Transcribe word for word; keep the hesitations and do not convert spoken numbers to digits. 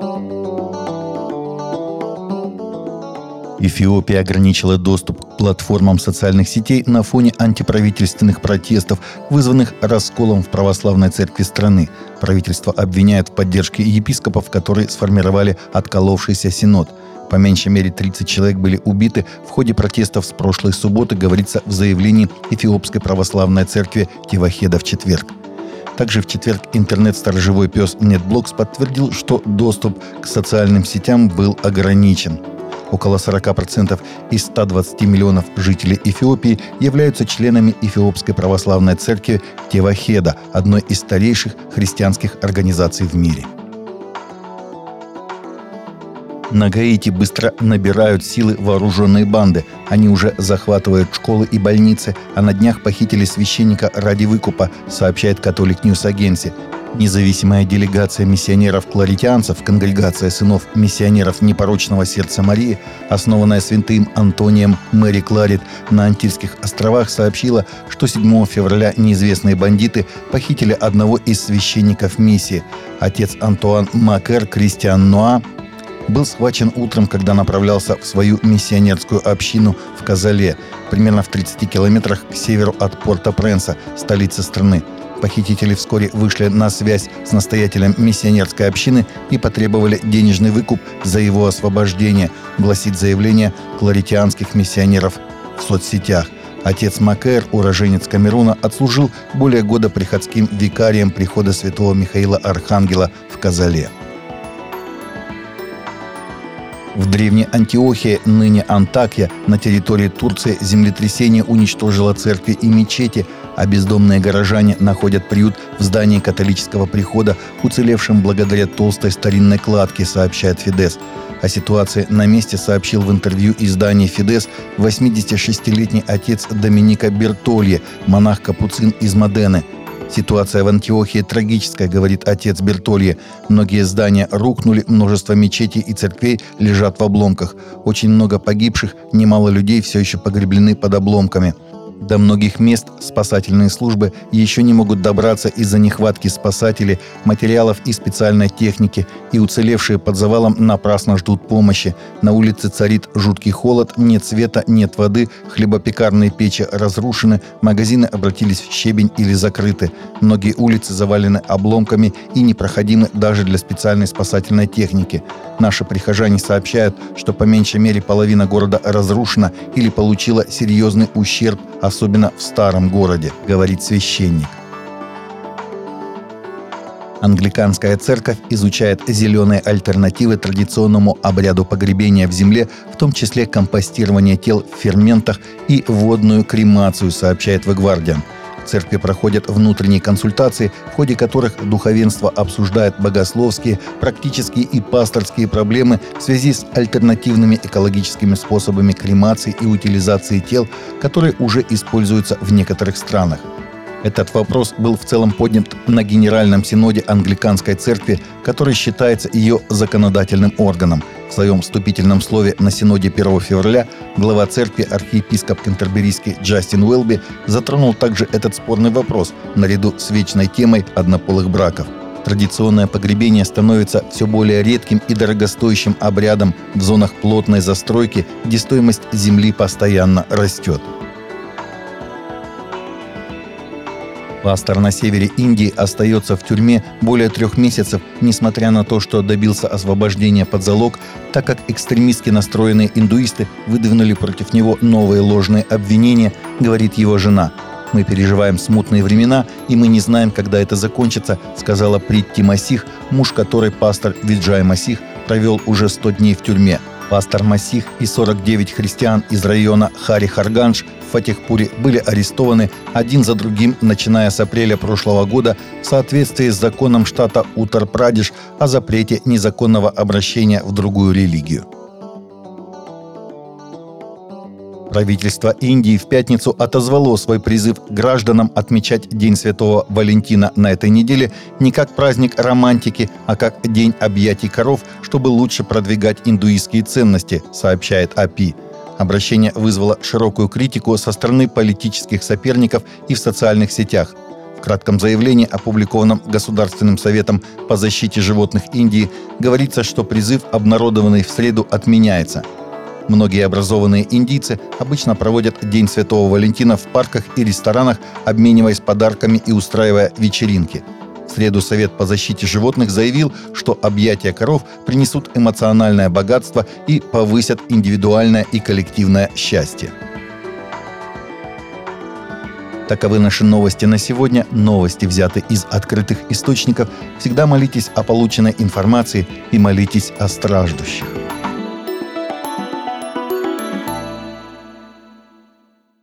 Эфиопия ограничила доступ к платформам социальных сетей на фоне антиправительственных протестов, вызванных расколом в православной церкви страны. Правительство обвиняет в поддержке епископов, которые сформировали отколовшийся синод. По меньшей мере тридцать человек были убиты в ходе протестов с прошлой субботы, говорится в заявлении Эфиопской православной церкви Тевахеда в четверг. Также в четверг интернет-сторожевой пес NetBlocks подтвердил, что доступ к социальным сетям был ограничен. Около сорок процентов из ста двадцати миллионов жителей Эфиопии являются членами Эфиопской православной церкви Тевахеда, одной из старейших христианских организаций в мире. На Гаити быстро набирают силы вооруженные банды. Они уже захватывают школы и больницы, а на днях похитили священника ради выкупа, сообщает Catholic News Agency. Независимая делегация миссионеров-кларитянцев, конгрегация сынов миссионеров непорочного сердца Марии, основанная святым Антонием Мэри Кларит на Антильских островах, сообщила, что седьмого февраля неизвестные бандиты похитили одного из священников миссии. Отец Антуан Макер Кристиан Ноа был схвачен утром, когда направлялся в свою миссионерскую общину в Казале, примерно в тридцати километрах к северу от Порто-Пренса, столицы страны. Похитители вскоре вышли на связь с настоятелем миссионерской общины и потребовали денежный выкуп за его освобождение, гласит заявление кларитянских миссионеров в соцсетях. Отец Макер, уроженец Камеруна, отслужил более года приходским викарием прихода святого Михаила Архангела в Казале. В древней Антиохии, ныне Антакья, на территории Турции землетрясение уничтожило церкви и мечети, а бездомные горожане находят приют в здании католического прихода, уцелевшем благодаря толстой старинной кладке, сообщает Фидес. О ситуации на месте сообщил в интервью изданию «Фидес» восьмидесятишестилетний отец Доминика Бертолье, монах-капуцин из Модены. «Ситуация в Антиохии трагическая», — говорит отец Бертолье. «Многие здания рухнули, множество мечетей и церквей лежат в обломках. Очень много погибших, немало людей все еще погреблены под обломками. До многих мест спасательные службы еще не могут добраться из-за нехватки спасателей, материалов и специальной техники, и уцелевшие под завалом напрасно ждут помощи. На улице царит жуткий холод, нет света, нет воды, хлебопекарные печи разрушены, магазины обратились в щебень или закрыты. Многие улицы завалены обломками и непроходимы даже для специальной спасательной техники. Наши прихожане сообщают, что по меньшей мере половина города разрушена или получила серьезный ущерб, особенно в старом городе», — говорит священник. Англиканская церковь изучает зеленые альтернативы традиционному обряду погребения в земле, в том числе компостирование тел в ферментах и водную кремацию, сообщает The Guardian. В церкви проходят внутренние консультации, в ходе которых духовенство обсуждает богословские, практические и пасторские проблемы в связи с альтернативными экологическими способами кремации и утилизации тел, которые уже используются в некоторых странах. Этот вопрос был в целом поднят на Генеральном синоде Англиканской церкви, который считается ее законодательным органом. В своем вступительном слове на синоде первого февраля глава церкви, архиепископ Кентерберийский Джастин Уэлби, затронул также этот спорный вопрос наряду с вечной темой однополых браков. Традиционное погребение становится все более редким и дорогостоящим обрядом в зонах плотной застройки, где стоимость земли постоянно растет. Пастор на севере Индии остается в тюрьме более трех месяцев, несмотря на то, что добился освобождения под залог, так как экстремистски настроенные индуисты выдвинули против него новые ложные обвинения, говорит его жена. «Мы переживаем смутные времена, и мы не знаем, когда это закончится», сказала Притти Масих, муж которой, пастор Виджай Масих, провел уже сто дней в тюрьме. Пастор Масих и сорок девять христиан из района Хари-Харгандж в Фатехпуре были арестованы один за другим, начиная с апреля прошлого года, в соответствии с законом штата Уттар-Прадеш о запрете незаконного обращения в другую религию. Правительство Индии в пятницу отозвало свой призыв гражданам отмечать День Святого Валентина на этой неделе не как праздник романтики, а как День объятий коров, чтобы лучше продвигать индуистские ценности, сообщает эй пи. Обращение вызвало широкую критику со стороны политических соперников и в социальных сетях. В В кратком заявлении, опубликованном Государственным советом по защите животных Индии, говорится, что призыв, обнародованный в среду, отменяется. Многие образованные индийцы обычно проводят День Святого Валентина в парках и ресторанах, обмениваясь подарками и устраивая вечеринки. В среду Совет по защите животных заявил, что объятия коров принесут эмоциональное богатство и повысят индивидуальное и коллективное счастье. Таковы наши новости на сегодня. Новости взяты из открытых источников. Всегда молитесь о полученной информации и молитесь о страждущих.